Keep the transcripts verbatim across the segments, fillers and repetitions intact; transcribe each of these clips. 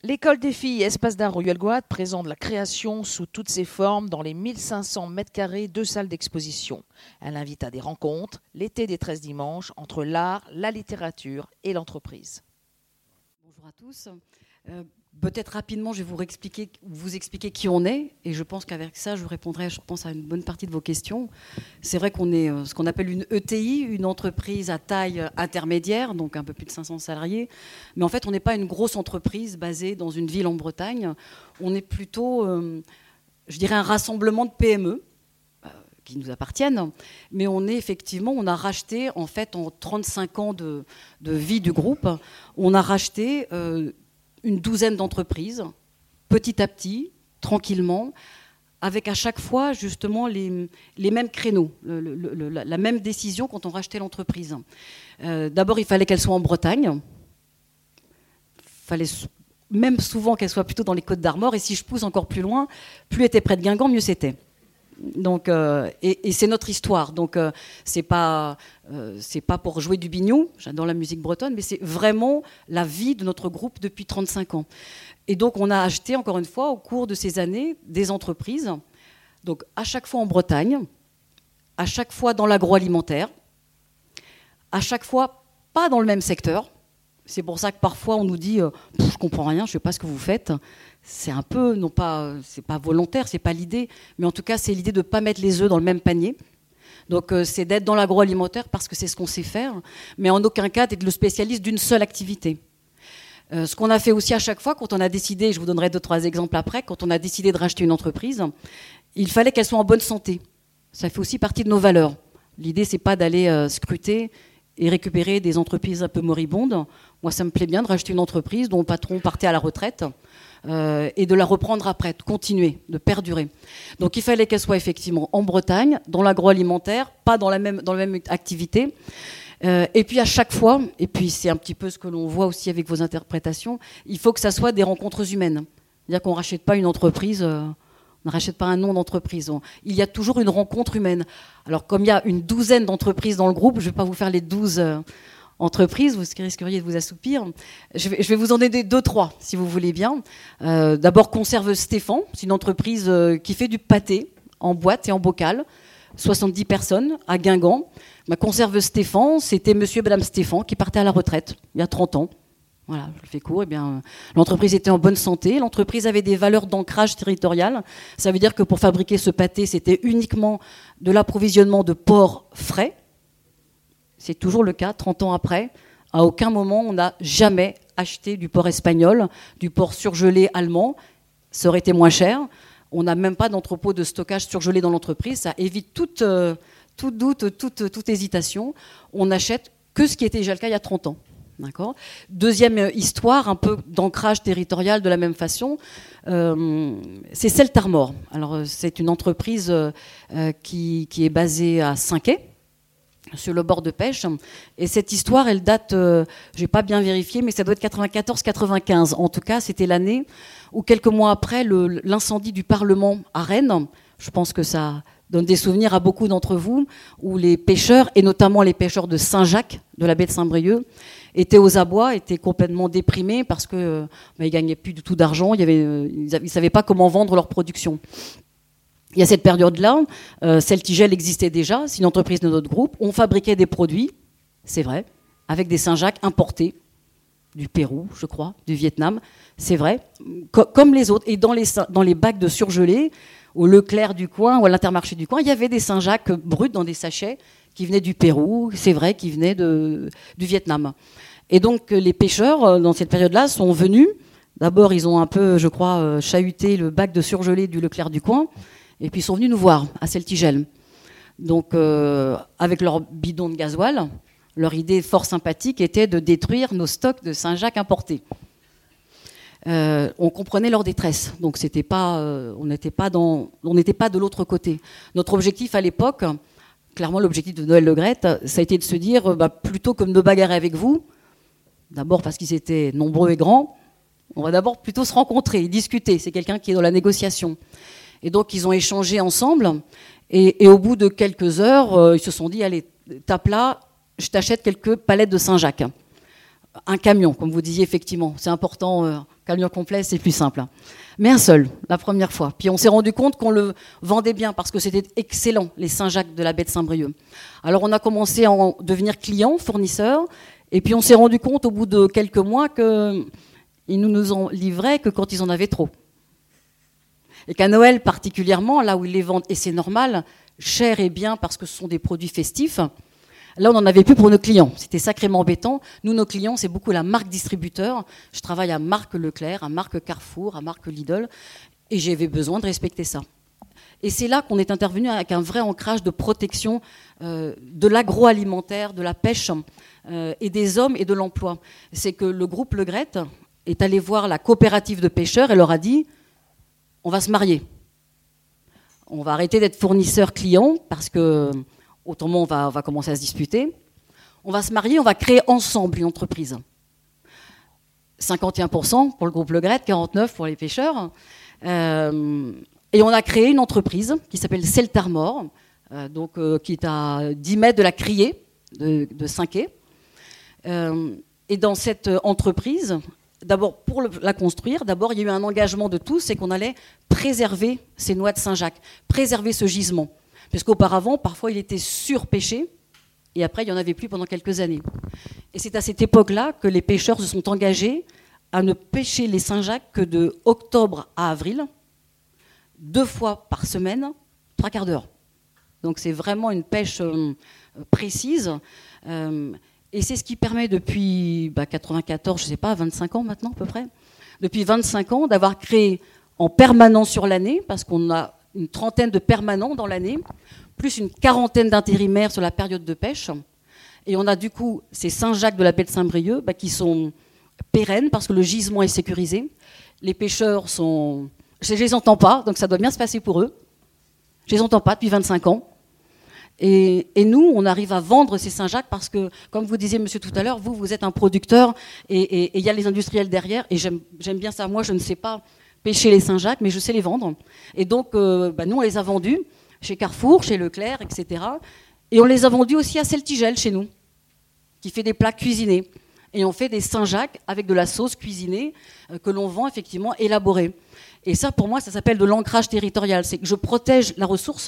L'école des filles Espace d'art Royal-Goat présente la création sous toutes ses formes dans les mille cinq cents mètres carrés de salles d'exposition. Elle invite à des rencontres, l'été des treize dimanches, entre l'art, la littérature et l'entreprise. Bonjour à tous. Euh, peut-être rapidement, je vais vous expliquer, vous expliquer qui on est. Et je pense qu'avec ça, je répondrai, je pense, à une bonne partie de vos questions. C'est vrai qu'on est euh, ce qu'on appelle une E T I, une entreprise à taille intermédiaire, donc un peu plus de cinq cents salariés. Mais en fait, on n'est pas une grosse entreprise basée dans une ville en Bretagne. On est plutôt, euh, je dirais, un rassemblement de P M E euh, qui nous appartiennent. Mais on est effectivement, on a racheté, en fait, en trente-cinq ans de, de vie du groupe, on a racheté euh, une douzaine d'entreprises, petit à petit, tranquillement, avec à chaque fois justement les, les mêmes créneaux, le, le, le, la même décision quand on rachetait l'entreprise. Euh, d'abord, il fallait qu'elle soit en Bretagne. Il fallait même souvent qu'elle soit plutôt dans les Côtes d'Armor. Et si je pousse encore plus loin, plus elle était près de Guingamp, mieux c'était. Donc, euh, et, et c'est notre histoire. Donc, euh, c'est pas, euh, c'est pas pour jouer du biniou. J'adore la musique bretonne, mais c'est vraiment la vie de notre groupe depuis trente-cinq ans. Et donc, on a acheté, encore une fois, au cours de ces années, des entreprises. Donc, à chaque fois en Bretagne, à chaque fois dans l'agroalimentaire, à chaque fois pas dans le même secteur. C'est pour ça que parfois on nous dit euh, « je comprends rien, je ne sais pas ce que vous faites ». C'est un peu, non pas, c'est pas volontaire, c'est pas l'idée, mais en tout cas c'est l'idée de ne pas mettre les œufs dans le même panier. Donc euh, c'est d'être dans l'agroalimentaire parce que c'est ce qu'on sait faire, mais en aucun cas d'être le spécialiste d'une seule activité. Euh, ce qu'on a fait aussi à chaque fois quand on a décidé, je vous donnerai deux, trois exemples après, quand on a décidé de racheter une entreprise, il fallait qu'elle soit en bonne santé. Ça fait aussi partie de nos valeurs. L'idée c'est pas d'aller euh, scruter et récupérer des entreprises un peu moribondes. Moi ça me plaît bien de racheter une entreprise dont le patron partait à la retraite. Euh, et de la reprendre après, de continuer, de perdurer. Donc il fallait qu'elle soit effectivement en Bretagne, dans l'agroalimentaire, pas dans la même, dans la même activité. Euh, et puis à chaque fois, et puis c'est un petit peu ce que l'on voit aussi avec vos interprétations, il faut que ça soit des rencontres humaines. C'est-à-dire qu'on ne rachète pas une entreprise, euh, on ne rachète pas un nom d'entreprise. On, il y a toujours une rencontre humaine. Alors comme il y a une douzaine d'entreprises dans le groupe, je ne vais pas vous faire les douze... Euh, entreprise, vous risqueriez de vous assoupir. Je vais, je vais vous en aider deux, trois, si vous voulez bien. Euh, d'abord, Conserve Stéphane, c'est une entreprise euh, qui fait du pâté en boîte et en bocal. soixante-dix personnes à Guingamp. Ma Conserve Stéphane, c'était monsieur et madame Stéphane qui partaient à la retraite il y a trente ans. Voilà, je le fais court. Eh bien, l'entreprise était en bonne santé. L'entreprise avait des valeurs d'ancrage territorial. Ça veut dire que pour fabriquer ce pâté, c'était uniquement de l'approvisionnement de porc frais. C'est toujours le cas, trente ans après. À aucun moment, on n'a jamais acheté du porc espagnol, du porc surgelé allemand. Ça aurait été moins cher. On n'a même pas d'entrepôt de stockage surgelé dans l'entreprise. Ça évite toute, euh, tout doute, toute, toute hésitation. On n'achète que ce qui était déjà le cas il y a trente ans. D'accord ? Deuxième histoire, un peu d'ancrage territorial de la même façon, euh, c'est Celtarmor. Alors, c'est une entreprise euh, qui, qui est basée à Saint-Quay, sur le bord de pêche. Et cette histoire, elle date, euh, je n'ai pas bien vérifié, mais ça doit être quatre-vingt-quatorze quatre-vingt-quinze. En tout cas, c'était l'année où, quelques mois après le, l'incendie du Parlement à Rennes, je pense que ça donne des souvenirs à beaucoup d'entre vous, où les pêcheurs, et notamment les pêcheurs de Saint-Jacques, de la baie de Saint-Brieuc, étaient aux abois, étaient complètement déprimés parce qu'ils euh, bah, ne gagnaient plus du tout d'argent, il y avait, euh, ils ne savaient pas comment vendre leur production. Il y a cette période-là, euh, Celtigel existait déjà, c'est une entreprise de notre groupe. On fabriquait des produits, c'est vrai, avec des Saint-Jacques importés du Pérou, je crois, du Vietnam, c'est vrai, Co- comme les autres. Et dans les, dans les bacs de surgelés, au Leclerc du coin ou à l'Intermarché du coin, il y avait des Saint-Jacques bruts dans des sachets qui venaient du Pérou, c'est vrai, qui venaient de, du Vietnam. Et donc les pêcheurs, dans cette période-là, sont venus. D'abord, ils ont un peu, je crois, chahuté le bac de surgelés du Leclerc du coin. Et puis ils sont venus nous voir à Celtigel. Donc euh, avec leur bidon de gasoil, leur idée fort sympathique était de détruire nos stocks de Saint-Jacques importés. Euh, on comprenait leur détresse, donc c'était pas, euh, on n'était pas dans, on n'était pas de l'autre côté. Notre objectif à l'époque, clairement l'objectif de Noël Le Graët, ça a été de se dire, bah, plutôt que de me bagarrer avec vous, d'abord parce qu'ils étaient nombreux et grands, on va d'abord plutôt se rencontrer, discuter. C'est quelqu'un qui est dans la négociation. Et donc, ils ont échangé ensemble. Et, et au bout de quelques heures, euh, ils se sont dit, allez, tape là, je t'achète quelques palettes de Saint-Jacques. Un camion, comme vous disiez, effectivement. C'est important. Euh, camion complet, c'est plus simple. Mais un seul, la première fois. Puis on s'est rendu compte qu'on le vendait bien parce que c'était excellent, les Saint-Jacques de la baie de Saint-Brieuc. Alors on a commencé à en devenir client, fournisseur, et puis on s'est rendu compte au bout de quelques mois qu'ils ne nous en livraient que quand ils en avaient trop. Et qu'à Noël particulièrement, là où ils les vendent, et c'est normal, cher et bien parce que ce sont des produits festifs, là on n'en avait plus pour nos clients. C'était sacrément embêtant. Nous, nos clients, c'est beaucoup la marque distributeur. Je travaille à marque Leclerc, à marque Carrefour, à marque Lidl, et j'avais besoin de respecter ça. Et c'est là qu'on est intervenu avec un vrai ancrage de protection euh, de l'agroalimentaire, de la pêche, euh, et des hommes et de l'emploi. C'est que le groupe Le Gret est allé voir la coopérative de pêcheurs et leur a dit « on va se marier. On va arrêter d'être fournisseur-client parce que autrement on va, on va commencer à se disputer. On va se marier, on va créer ensemble une entreprise. » cinquante et un pour cent pour le groupe Le Gret, quarante-neuf pour cent pour les pêcheurs. Euh, et on a créé une entreprise qui s'appelle Celtarmor, euh, donc, euh, qui est à dix mètres de la criée de, de Saint-Quay. Euh, et dans cette entreprise, d'abord, pour le, la construire, d'abord, il y a eu un engagement de tous, c'est qu'on allait préserver ces noix de Saint-Jacques, préserver ce gisement. Parce qu'auparavant, parfois, il était surpêché, et après, il n'y en avait plus pendant quelques années. Et c'est à cette époque-là que les pêcheurs se sont engagés à ne pêcher les Saint-Jacques que de octobre à avril, deux fois par semaine, trois quarts d'heure. Donc c'est vraiment une pêche euh, précise. Euh, Et c'est ce qui permet depuis bah, quatre-vingt-quatorze, je ne sais pas, vingt-cinq ans maintenant à peu près, depuis vingt-cinq ans, d'avoir créé en permanent sur l'année, parce qu'on a une trentaine de permanents dans l'année, plus une quarantaine d'intérimaires sur la période de pêche. Et on a du coup ces Saint-Jacques de la baie de Saint-Brieuc bah, qui sont pérennes parce que le gisement est sécurisé. Les pêcheurs sont... Je ne les entends pas, donc ça doit bien se passer pour eux. Je ne les entends pas depuis vingt-cinq ans. Et, et nous, on arrive à vendre ces Saint-Jacques parce que, comme vous disiez, monsieur, tout à l'heure, vous, vous êtes un producteur et il y a les industriels derrière. Et j'aime, j'aime bien ça. Moi, je ne sais pas pêcher les Saint-Jacques, mais je sais les vendre. Et donc, euh, bah, nous, on les a vendus chez Carrefour, chez Leclerc, et cetera. Et on les a vendus aussi à Celtigel, chez nous, qui fait des plats cuisinés. Et on fait des Saint-Jacques avec de la sauce cuisinée euh, que l'on vend effectivement élaborée. Et ça, pour moi, ça s'appelle de l'ancrage territorial. C'est que je protège la ressource.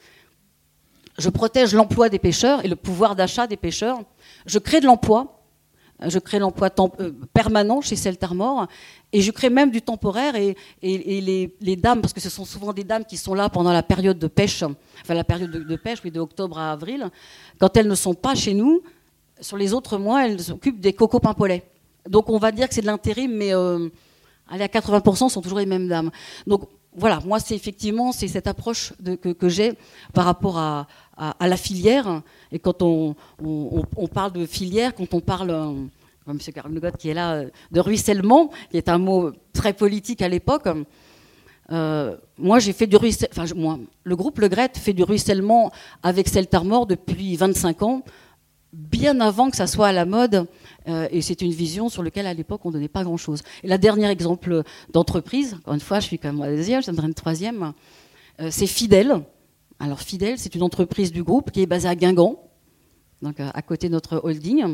Je protège l'emploi des pêcheurs et le pouvoir d'achat des pêcheurs. Je crée de l'emploi. Je crée l'emploi temp- euh, permanent chez Celtarmor. Et je crée même du temporaire. Et, et, et les, les dames, parce que ce sont souvent des dames qui sont là pendant la période de pêche, enfin la période de, de pêche, oui, de octobre à avril, quand elles ne sont pas chez nous, sur les autres mois, elles s'occupent des cocos pimpolets. Donc on va dire que c'est de l'intérim, mais euh, allez, à quatre-vingts pour cent, ce sont toujours les mêmes dames. Donc voilà, moi, c'est effectivement c'est cette approche de, que, que j'ai par rapport à, à, à la filière. Et quand on, on, on parle de filière, quand on parle, euh, M. Carlegot qui est là, de ruissellement, qui est un mot très politique à l'époque, euh, moi, j'ai fait du ruissellement, enfin, moi, le groupe Le Gret fait du ruissellement avec Celtarmor depuis vingt-cinq ans, bien avant que ça soit à la mode, euh, et c'est une vision sur laquelle à l'époque on ne donnait pas grand-chose. Et la dernière exemple d'entreprise, encore une fois, je suis quand même à la deuxième, je donnerai une troisième, euh, c'est Fidèle. Alors Fidèle, c'est une entreprise du groupe qui est basée à Guingamp, donc à, à côté de notre holding.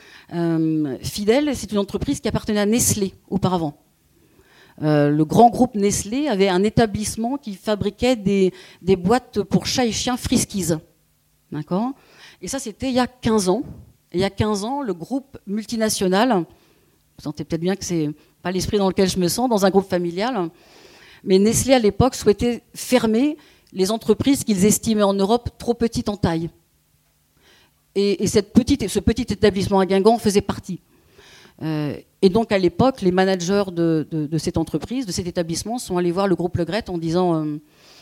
Euh, Fidèle, c'est une entreprise qui appartenait à Nestlé auparavant. Euh, le grand groupe Nestlé avait un établissement qui fabriquait des, des boîtes pour chats et chiens Friskies. D'accord ? Et ça, c'était il y a quinze ans. Et il y a quinze ans, le groupe multinational, vous sentez peut-être bien que ce n'est pas l'esprit dans lequel je me sens, dans un groupe familial, mais Nestlé, à l'époque, souhaitait fermer les entreprises qu'ils estimaient en Europe trop petites en taille. Et, et cette petite, ce petit établissement à Guingamp faisait partie. Euh, et donc, à l'époque, les managers de, de, de cette entreprise, de cet établissement, sont allés voir le groupe Le Gret en disant euh,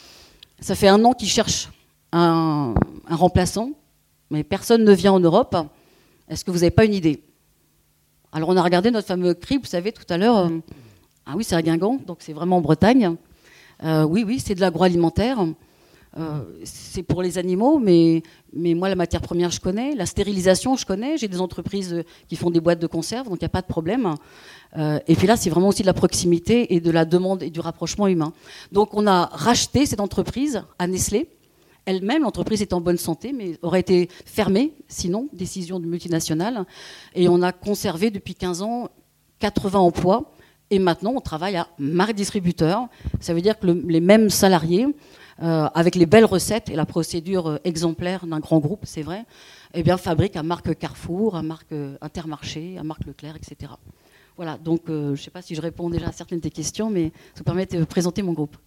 « ça fait un an qu'ils cherchent un, un remplaçant, mais personne ne vient en Europe. Est-ce que vous n'avez pas une idée ?» Alors on a regardé notre fameux C R I, vous savez, tout à l'heure. Euh, ah oui, c'est à Guingamp, donc c'est vraiment en Bretagne. Euh, oui, oui, c'est de l'agroalimentaire. Euh, c'est pour les animaux, mais, mais moi, la matière première, je connais. La stérilisation, je connais. J'ai des entreprises qui font des boîtes de conserve, donc il n'y a pas de problème. Euh, et puis là, c'est vraiment aussi de la proximité et de la demande et du rapprochement humain. Donc on a racheté cette entreprise à Nestlé. Elle-même, l'entreprise est en bonne santé, mais aurait été fermée, sinon, décision de multinationale. Et on a conservé depuis quinze ans quatre-vingts emplois Et maintenant, on travaille à marque distributeur. Ça veut dire que le, les mêmes salariés, euh, avec les belles recettes et la procédure exemplaire d'un grand groupe, c'est vrai, eh bien, fabriquent à marque Carrefour, à marque Intermarché, à marque Leclerc, et cetera. Voilà, donc euh, je ne sais pas si je réponds déjà à certaines des questions, mais ça me permet de présenter mon groupe.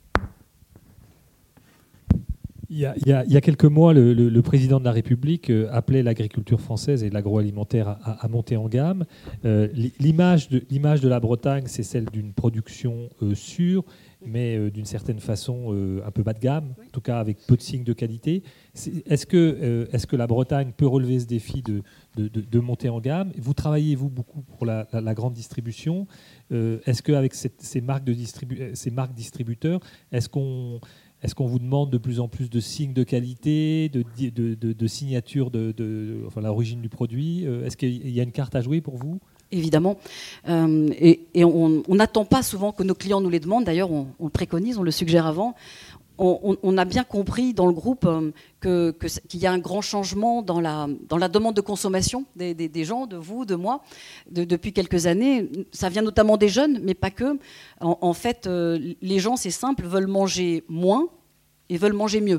Il y, a, il, y a, il y a quelques mois, le, le, le président de la République euh, appelait l'agriculture française et l'agroalimentaire à, à, à monter en gamme. Euh, l'image, de, l'image de la Bretagne, c'est celle d'une production euh, sûre, mais euh, d'une certaine façon euh, un peu bas de gamme, en tout cas avec peu de signes de qualité. Est-ce que, euh, est-ce que la Bretagne peut relever ce défi de, de, de, de monter en gamme? Vous travaillez, vous, beaucoup pour la, la, la grande distribution. Euh, est-ce qu'avec cette, ces, marques de distribu- ces marques distributeurs, est-ce qu'on... Est-ce qu'on vous demande de plus en plus de signes de qualité, de, de, de, de signatures de, de enfin, l'origine du produit? Est-ce qu'il y a une carte à jouer pour vous? Évidemment. Euh, et, et on n'attend pas souvent que nos clients nous les demandent. D'ailleurs, on, on le préconise, on le suggère avant. On, on, on a bien compris dans le groupe euh, que, que, qu'il y a un grand changement dans la, dans la demande de consommation des, des, des gens, de vous, de moi, de, depuis quelques années. Ça vient notamment des jeunes, mais pas que. En, en fait, euh, les gens, c'est simple, veulent manger moins et veulent manger mieux.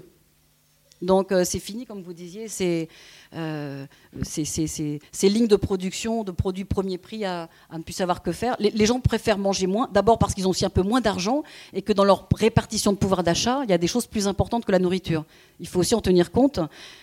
Donc euh, c'est fini, comme vous disiez, c'est, euh, c'est, c'est, c'est, ces lignes de production, de produits premier prix à, à ne plus savoir que faire. Les, les gens préfèrent manger moins, d'abord parce qu'ils ont aussi un peu moins d'argent et que dans leur répartition de pouvoir d'achat, il y a des choses plus importantes que la nourriture. Il faut aussi en tenir compte.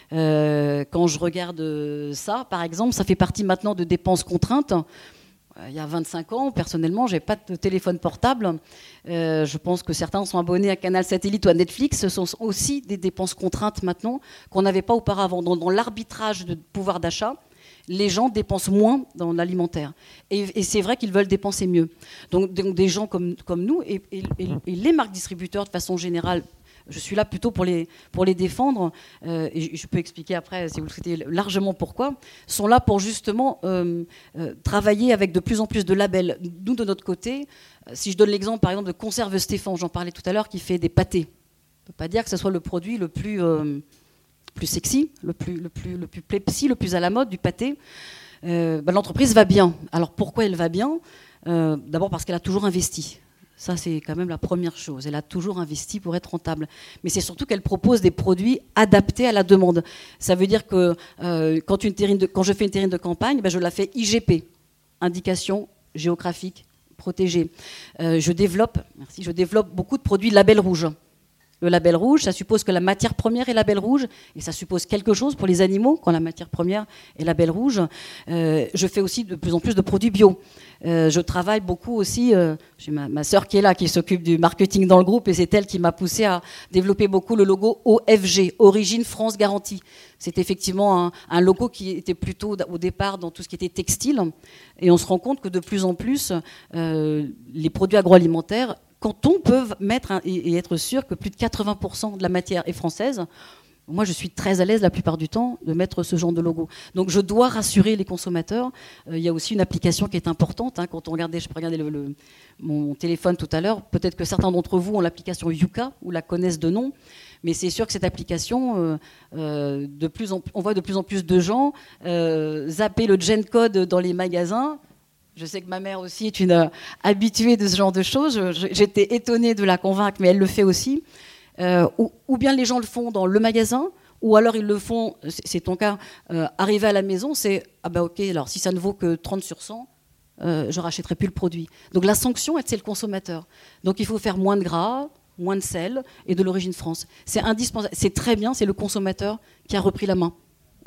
Euh, quand je regarde ça, par exemple, ça fait partie maintenant de dépenses contraintes. Il y a vingt-cinq ans, personnellement, je n'avais pas de téléphone portable. Euh, je pense que certains sont abonnés à Canal Satellite ou à Netflix. Ce sont aussi des dépenses contraintes maintenant qu'on n'avait pas auparavant. Dans, dans l'arbitrage de pouvoir d'achat, les gens dépensent moins dans l'alimentaire. Et, et c'est vrai qu'ils veulent dépenser mieux. Donc, donc des gens comme, comme nous et, et, et les marques distributeurs, de façon générale, je suis là plutôt pour les, pour les défendre, euh, et je peux expliquer après, si vous le souhaitez, largement pourquoi, sont là pour justement euh, euh, travailler avec de plus en plus de labels. Nous, de notre côté, si je donne l'exemple, par exemple, de Conserve Stéphane, j'en parlais tout à l'heure, qui fait des pâtés. On ne peut pas dire que ce soit le produit le plus, euh, plus sexy, le plus, le, plus, le plus plebsci, le plus à la mode du pâté. Euh, ben, l'entreprise va bien. Alors, pourquoi elle va bien? euh, D'abord parce qu'elle a toujours investi. Ça, c'est quand même la première chose. Elle a toujours investi pour être rentable. Mais c'est surtout qu'elle propose des produits adaptés à la demande. Ça veut dire que euh, quand, une terrine de, quand je fais une terrine de campagne, ben je la fais I G P, indication géographique protégée. Euh, je développe, merci, je développe beaucoup de produits label rouge. Le label rouge, ça suppose que la matière première est label rouge, et ça suppose quelque chose pour les animaux quand la matière première est label rouge. Euh, je fais aussi de plus en plus de produits bio. Euh, je travaille beaucoup aussi, euh, j'ai ma, ma sœur qui est là, qui s'occupe du marketing dans le groupe, et c'est elle qui m'a poussé à développer beaucoup le logo O F G, Origine France Garantie. C'est effectivement un, un logo qui était plutôt au départ dans tout ce qui était textile, et on se rend compte que de plus en plus, euh, les produits agroalimentaires, quand on peut mettre un, et, et être sûr que plus de quatre-vingts pour cent de la matière est française, moi je suis très à l'aise la plupart du temps de mettre ce genre de logo. Donc je dois rassurer les consommateurs. Euh, il y a aussi une application qui est importante. Hein, quand on regardait, je peux regarder le, le, mon téléphone tout à l'heure, peut-être que certains d'entre vous ont l'application Yuka ou la connaissent de nom. Mais c'est sûr que cette application, euh, euh, de plus en, on voit de plus en plus de gens euh, zapper le gen code dans les magasins. Je sais que ma mère aussi est une euh, habituée de ce genre de choses. Je, j'étais étonnée de la convaincre, mais elle le fait aussi. Euh, ou, ou bien les gens le font dans le magasin, ou alors ils le font, c'est, c'est ton cas, euh, arrivé à la maison, c'est « Ah ben ok, alors si ça ne vaut que trente sur cent, euh, je ne rachèterai plus le produit. » Donc la sanction, c'est le consommateur. Donc il faut faire moins de gras, moins de sel et de l'origine France. C'est indispensable. C'est très bien, c'est le consommateur qui a repris la main.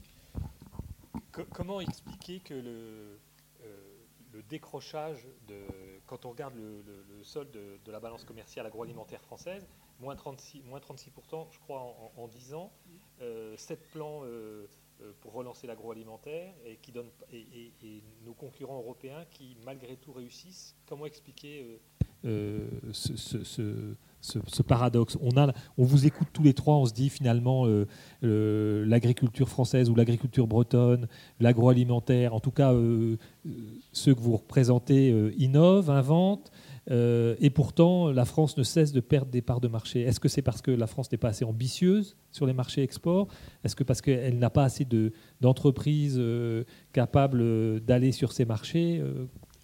Comment expliquer que le... le décrochage, de, quand on regarde le, le, le solde de, de la balance commerciale agroalimentaire française, moins trente-six, moins trente-six pour cent, je crois, en, en dix ans, euh, sept plans euh, pour relancer l'agroalimentaire et, qui donne, et, et, et nos concurrents européens qui, malgré tout, réussissent. Comment expliquer euh, euh, ce, ce, ce, ce, ce paradoxe? on, a, on vous écoute tous les trois, on se dit finalement euh, euh, l'agriculture française ou l'agriculture bretonne, l'agroalimentaire, en tout cas euh, ceux que vous représentez euh, innovent, inventent, euh, et pourtant la France ne cesse de perdre des parts de marché. Est-ce que c'est parce que la France n'est pas assez ambitieuse sur les marchés export? Est-ce que parce qu'elle n'a pas assez de, d'entreprises euh, capables d'aller sur ces marchés? euh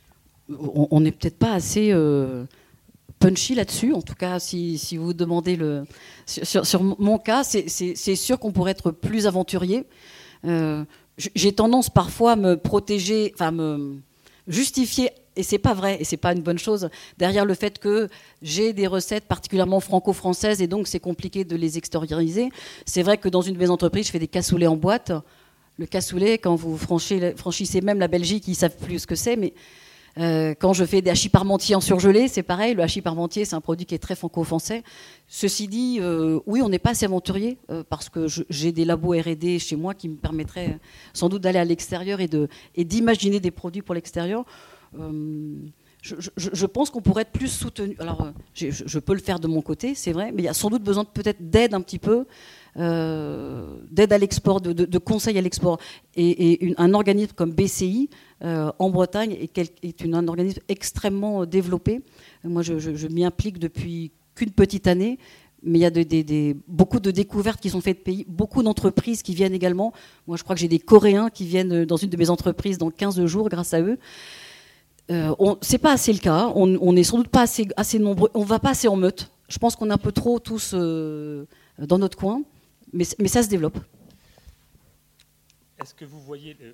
on n'est peut-être pas assez euh, punchy là-dessus. En tout cas, si, si vous demandez le, sur, sur mon cas, c'est, c'est, c'est sûr qu'on pourrait être plus aventurier. Euh, j'ai tendance parfois à me protéger, enfin me justifier, et c'est pas vrai, et c'est pas une bonne chose, derrière le fait que j'ai des recettes particulièrement franco-françaises et donc c'est compliqué de les extérioriser. C'est vrai que dans une de mes entreprises, je fais des cassoulets en boîte. Le cassoulet, quand vous franchissez même la Belgique, ils ne savent plus ce que c'est, mais euh, quand je fais des hachis parmentiers en surgelé, c'est pareil. Le hachis parmentier, c'est un produit qui est très franco-français. Ceci dit, euh, oui, on n'est pas assez aventurier euh, parce que je, j'ai des labos R et D chez moi qui me permettraient sans doute d'aller à l'extérieur et, de, et d'imaginer des produits pour l'extérieur. Euh, je, je, je pense qu'on pourrait être plus soutenu. Alors, je, je peux le faire de mon côté, c'est vrai, mais il y a sans doute besoin de, peut-être d'aide un petit peu. Euh, d'aide à l'export, de, de, de conseils à l'export. Et, et une, un organisme comme B C I euh, en Bretagne est, quel, est une, un organisme extrêmement développé. Moi, je, je, je m'y implique depuis qu'une petite année, mais il y a de, de, de, beaucoup de découvertes qui sont faites de pays, beaucoup d'entreprises qui viennent également. Moi, je crois que j'ai des Coréens qui viennent dans une de mes entreprises dans quinze jours grâce à eux. Euh, on, c'est pas assez le cas. On, on est sans doute pas assez, assez nombreux. On va pas assez en meute. Je pense qu'on est un peu trop tous euh, dans notre coin. Mais, mais ça se développe. Est-ce que vous voyez, le,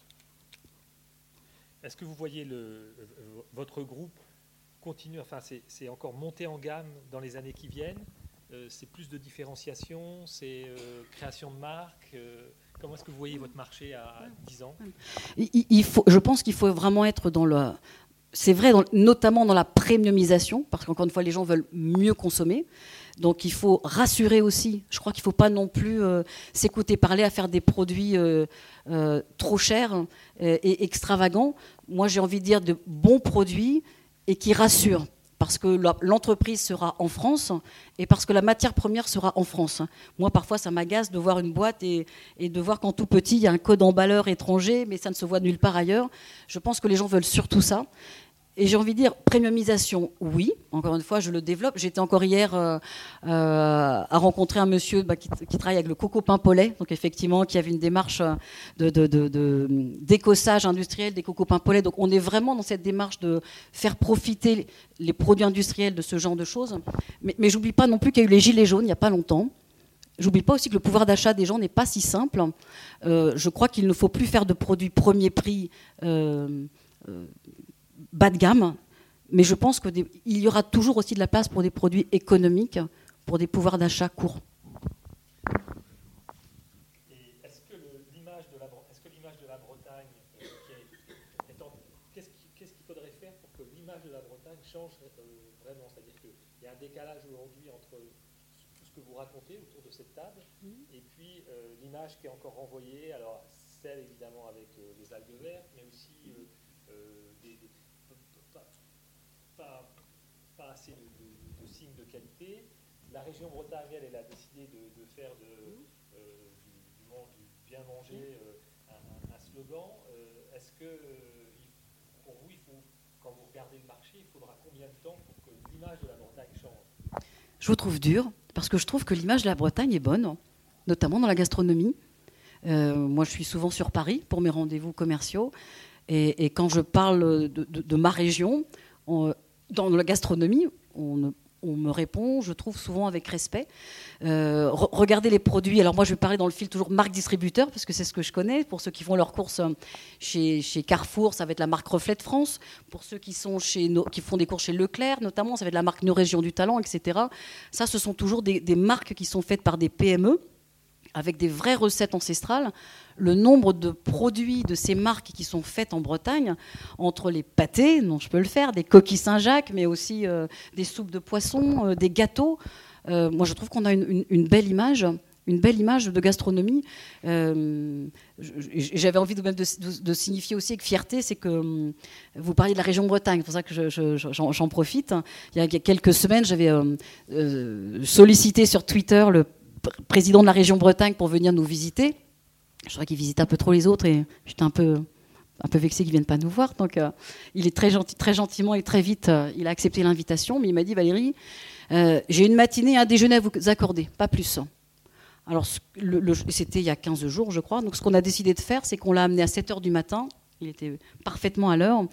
est-ce que vous voyez le, votre groupe continuer, enfin c'est, c'est encore monter en gamme dans les années qui viennent, euh, c'est plus de différenciation, c'est euh, création de marque, euh, comment est-ce que vous voyez votre marché à dix ans ? il, il faut, Je pense qu'il faut vraiment être dans le... C'est vrai, dans, notamment dans la premiumisation, parce qu'encore une fois, les gens veulent mieux consommer. Donc il faut rassurer aussi. Je crois qu'il ne faut pas non plus euh, s'écouter parler à faire des produits euh, euh, trop chers euh, et extravagants. Moi, j'ai envie de dire de bons produits et qui rassurent. Parce que la, l'entreprise sera en France et parce que la matière première sera en France. Moi, parfois, ça m'agace de voir une boîte et, et de voir qu'en tout petit, il y a un code emballeur étranger, mais ça ne se voit nulle part ailleurs. Je pense que les gens veulent surtout ça. Et j'ai envie de dire, premiumisation, oui. Encore une fois, je le développe. J'étais encore hier euh, euh, à rencontrer un monsieur bah, qui, qui travaille avec le coco Paimpolais, donc effectivement, qui avait une démarche de, de, de, de, d'écossage industriel des coco Paimpolais. Donc on est vraiment dans cette démarche de faire profiter les produits industriels de ce genre de choses. Mais, mais j'oublie pas non plus qu'il y a eu les gilets jaunes il n'y a pas longtemps. J'oublie pas aussi que le pouvoir d'achat des gens n'est pas si simple. Euh, je crois qu'il ne faut plus faire de produits premier prix euh, euh, bas de gamme, mais je pense qu'il y aura toujours aussi de la place pour des produits économiques, pour des pouvoirs d'achat courts. Et est-ce que le, l'image, de la, est-ce que l'image de la Bretagne, euh, qui est, est en, qu'est-ce, qui, qu'est-ce qu'il faudrait faire pour que l'image de la Bretagne change euh, vraiment ? C'est-à-dire qu'il y a un décalage aujourd'hui entre tout ce que vous racontez autour de cette table mmh. et puis euh, l'image qui est encore renvoyée, alors celle évidemment avec euh, les algues vertes, mais aussi euh, euh, des, des Pas, pas assez de, de, de signes de qualité. La région Bretagne, elle, elle a décidé de, de faire de, euh, du, du, du bien manger euh, un, un slogan. Euh, est-ce que, euh, pour vous, il faut, quand vous regardez le marché, il faudra combien de temps pour que l'image de la Bretagne change ? Je vous trouve dur, parce que je trouve que l'image de la Bretagne est bonne, notamment dans la gastronomie. Euh, moi, je suis souvent sur Paris pour mes rendez-vous commerciaux. Et, et quand je parle de, de, de ma région, on, dans la gastronomie, on, on me répond, je trouve, souvent avec respect. Euh, re- regardez les produits. Alors moi, je vais parler dans le fil toujours marque distributeur, parce que c'est ce que je connais. Pour ceux qui font leurs courses chez, chez Carrefour, ça va être la marque Reflet de France. Pour ceux qui, sont chez nos, qui font des courses chez Leclerc, notamment, ça va être la marque Nos Régions du Talent, et cetera. Ça, ce sont toujours des, des marques qui sont faites par des P M E, avec des vraies recettes ancestrales. Le nombre de produits de ces marques qui sont faites en Bretagne, entre les pâtés, non, je peux le faire, des coquilles Saint-Jacques, mais aussi euh, des soupes de poisson, euh, des gâteaux. Euh, moi, je trouve qu'on a une, une, une belle image, une belle image de gastronomie. Euh, j'avais envie de, même de, de, de signifier aussi avec fierté, c'est que euh, vous parliez de la région Bretagne, c'est pour ça que je, je, j'en, j'en profite. Il y a quelques semaines, j'avais euh, euh, sollicité sur Twitter le président de la région Bretagne pour venir nous visiter. Je crois qu'il visite un peu trop les autres et j'étais un peu, un peu vexée qu'il ne vienne pas nous voir. Donc, euh, il est très, gentil, très gentiment et très vite, euh, il a accepté l'invitation. Mais il m'a dit, Valérie, euh, j'ai une matinée et un déjeuner à vous accorder, pas plus. Alors, le, le, c'était il y a quinze jours, je crois. Donc, ce qu'on a décidé de faire, c'est qu'on l'a amené à sept heures du matin. Il était parfaitement à l'heure.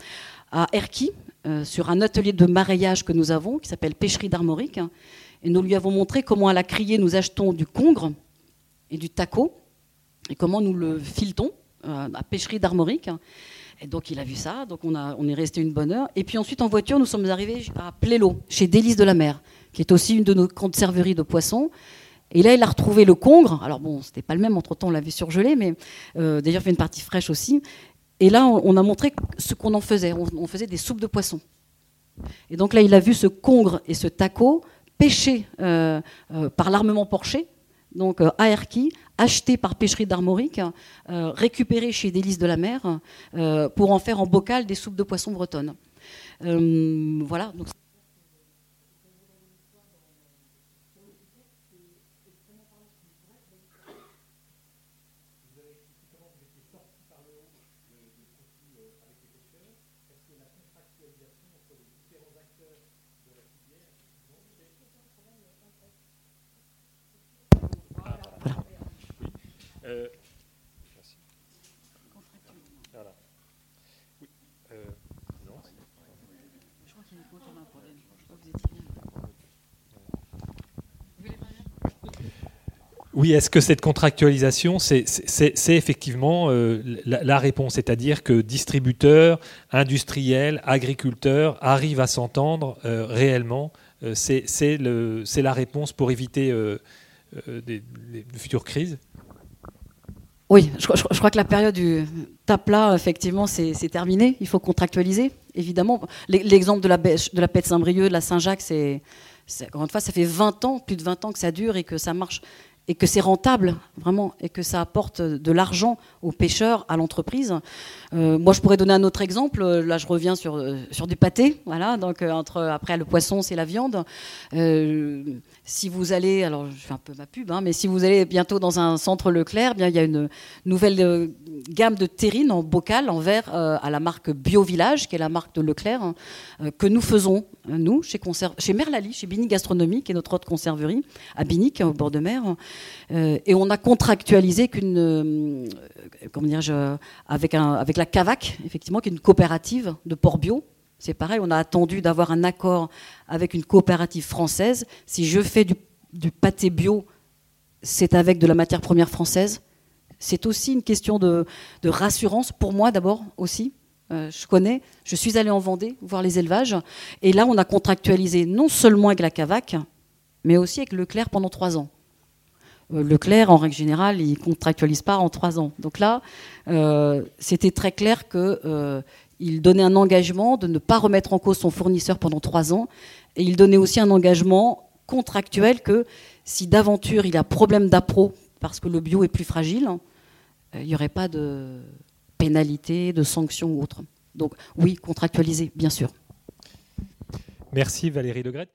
à Erquy, euh, sur un atelier de maraîchage que nous avons, qui s'appelle Pêcherie d'Armorique. Et nous lui avons montré comment à la criée nous achetons du congre et du taco, et comment nous le filetons euh, à Pêcherie d'Armorique. Et donc il a vu ça, donc on, a, on est resté une bonne heure. Et puis ensuite en voiture, nous sommes arrivés à Plélo, chez Délices de la Mer, qui est aussi une de nos conserveries de poissons. Et là, il a retrouvé le congre. Alors bon, c'était pas le même, entre-temps on l'avait surgelé, mais euh, d'ailleurs il fait une partie fraîche aussi. Et là, on, on a montré ce qu'on en faisait. On, on faisait des soupes de poissons. Et donc là, il a vu ce congre et ce taco pêchés euh, euh, par l'armement Porcher, donc euh, à Erquy, acheté par Pêcherie d'Armorique, euh, récupéré chez Délices de la Mer, euh, pour en faire en bocal des soupes de poissons bretonnes. Euh, voilà. Donc, Euh, merci. Voilà. Oui. Euh, non. je crois qu'il y a une faute en problème. Je crois que vous étiez bien. Oui, est-ce que cette contractualisation, c'est, c'est, c'est effectivement euh, la, la réponse, c'est-à-dire que distributeurs, industriels, agriculteurs arrivent à s'entendre euh, réellement, euh, c'est, c'est, le, c'est la réponse pour éviter euh, euh, des, des, de futures crises? Oui, je, je, je crois que la période du tape-là, effectivement, c'est, c'est terminé. Il faut contractualiser, évidemment. L'exemple de la, de la paix de Saint-Brieuc, de la Saint-Jacques, c'est, c'est, encore une fois, ça fait vingt ans, plus de vingt ans que ça dure et que ça marche, et que c'est rentable, vraiment, et que ça apporte de l'argent aux pêcheurs, à l'entreprise. Euh, moi, je pourrais donner un autre exemple. Là, je reviens sur, sur du pâté. Voilà, donc, entre, après, le poisson, c'est la viande. Euh, si vous allez, alors je fais un peu ma pub, hein, mais si vous allez bientôt dans un centre Leclerc, bien, il y a une nouvelle euh, gamme de terrines en bocal, en verre, euh, à la marque Bio Village, qui est la marque de Leclerc, hein, euh, que nous faisons, nous, chez, Conserve, chez Merlali, chez Binic Gastronomie, qui est notre autre conserverie, à Binic, au bord de mer. Euh, et on a contractualisé qu'une, euh, comment dire, avec, un, avec la Cavac, effectivement, qui est une coopérative de porc bio. C'est pareil, on a attendu d'avoir un accord avec une coopérative française. Si je fais du, du pâté bio, c'est avec de la matière première française. C'est aussi une question de, de rassurance, pour moi d'abord aussi. Euh, je connais, je suis allée en Vendée voir les élevages. Et là, on a contractualisé non seulement avec la Cavac, mais aussi avec Leclerc pendant trois ans. Euh, Leclerc, en règle générale, il ne contractualise pas en trois ans. Donc là, euh, c'était très clair que... Euh, il donnait un engagement de ne pas remettre en cause son fournisseur pendant trois ans. Et il donnait aussi un engagement contractuel que si d'aventure il a problème d'appro parce que le bio est plus fragile, il n'y aurait pas de pénalité, de sanctions ou autre. Donc oui, contractualiser, bien sûr. Merci Valérie Legrette.